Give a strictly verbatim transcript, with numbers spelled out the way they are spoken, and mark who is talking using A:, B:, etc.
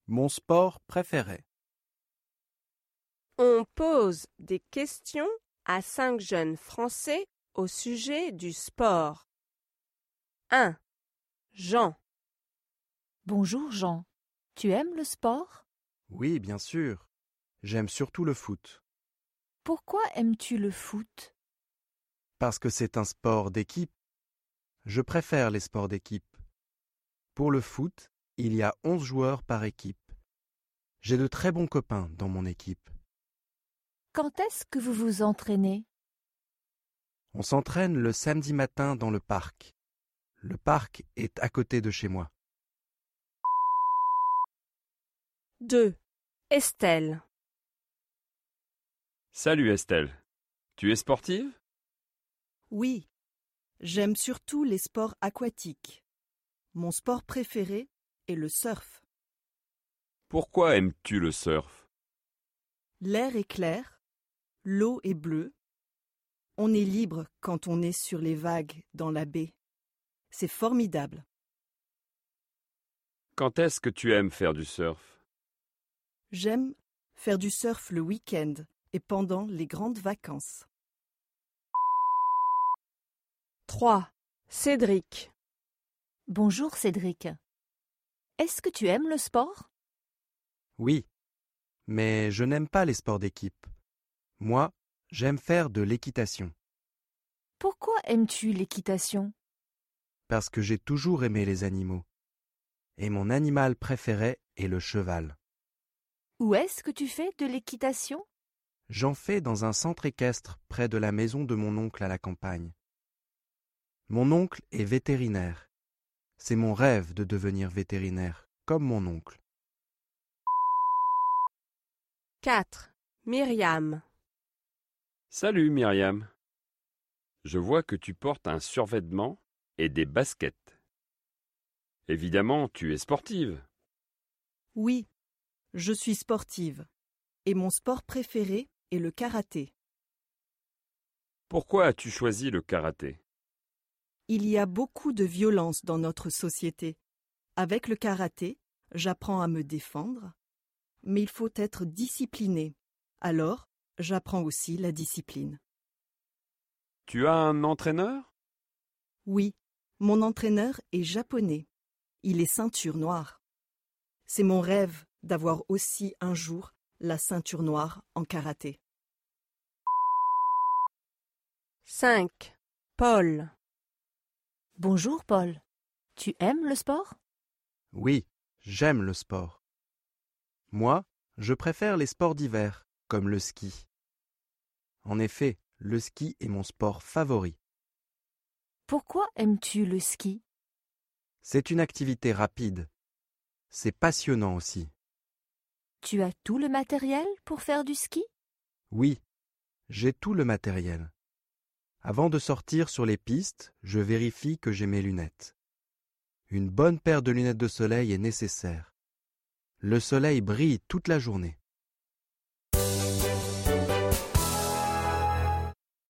A: Mon sport préféré.
B: On pose des questions à cinq jeunes Français au sujet du sport. un. Jean.
C: Bonjour Jean, tu aimes le sport?
A: Oui, bien sûr. J'aime surtout le foot.
C: Pourquoi aimes-tu le foot?
A: Parce que c'est un sport d'équipe. Je préfère les sports d'équipe. Pour le foot, il y a onze joueurs par équipe. J'ai de très bons copains dans mon équipe.
C: Quand est-ce que vous vous entraînez?
A: On s'entraîne le samedi matin dans le parc. Le parc est à côté de chez moi.
B: deux. Estelle.
D: Salut Estelle. Tu es sportive?
E: Oui, j'aime surtout les sports aquatiques. Mon sport préféré est le surf.
D: Pourquoi aimes-tu le surf?
E: L'air est clair, l'eau est bleue. On est libre quand on est sur les vagues dans la baie. C'est formidable.
D: Quand est-ce que tu aimes faire du surf?
E: J'aime faire du surf le week-end et pendant les grandes vacances.
B: trois. Cédric.
C: Bonjour Cédric. Est-ce que tu aimes le sport?
A: Oui, mais je n'aime pas les sports d'équipe. Moi, j'aime faire de l'équitation.
C: Pourquoi aimes-tu l'équitation?
A: Parce que j'ai toujours aimé les animaux. Et mon animal préféré est le cheval.
C: Où est-ce que tu fais de l'équitation?
A: J'en fais dans un centre équestre près de la maison de mon oncle à la campagne. Mon oncle est vétérinaire. C'est mon rêve de devenir vétérinaire, comme mon oncle.
B: quatre. Myriam.
D: Salut Myriam. Je vois que tu portes un survêtement et des baskets. Évidemment, tu es sportive.
E: Oui, je suis sportive et mon sport préféré est le karaté.
D: Pourquoi as-tu choisi le karaté?
E: Il y a beaucoup de violence dans notre société. Avec le karaté, j'apprends à me défendre, mais il faut être discipliné. Alors, j'apprends aussi la discipline.
D: Tu as un entraîneur?
E: Oui, mon entraîneur est japonais. Il est ceinture noire. C'est mon rêve d'avoir aussi un jour la ceinture noire en karaté.
B: cinq. Paul.
C: Bonjour Paul. Tu aimes le sport?
A: Oui, j'aime le sport. Moi, je préfère les sports d'hiver, comme le ski. En effet, le ski est mon sport favori.
C: Pourquoi aimes-tu le ski?
A: C'est une activité rapide. C'est passionnant aussi.
C: Tu as tout le matériel pour faire du ski?
A: Oui, j'ai tout le matériel. Avant de sortir sur les pistes, je vérifie que j'ai mes lunettes. Une bonne paire de lunettes de soleil est nécessaire. Le soleil brille toute la journée.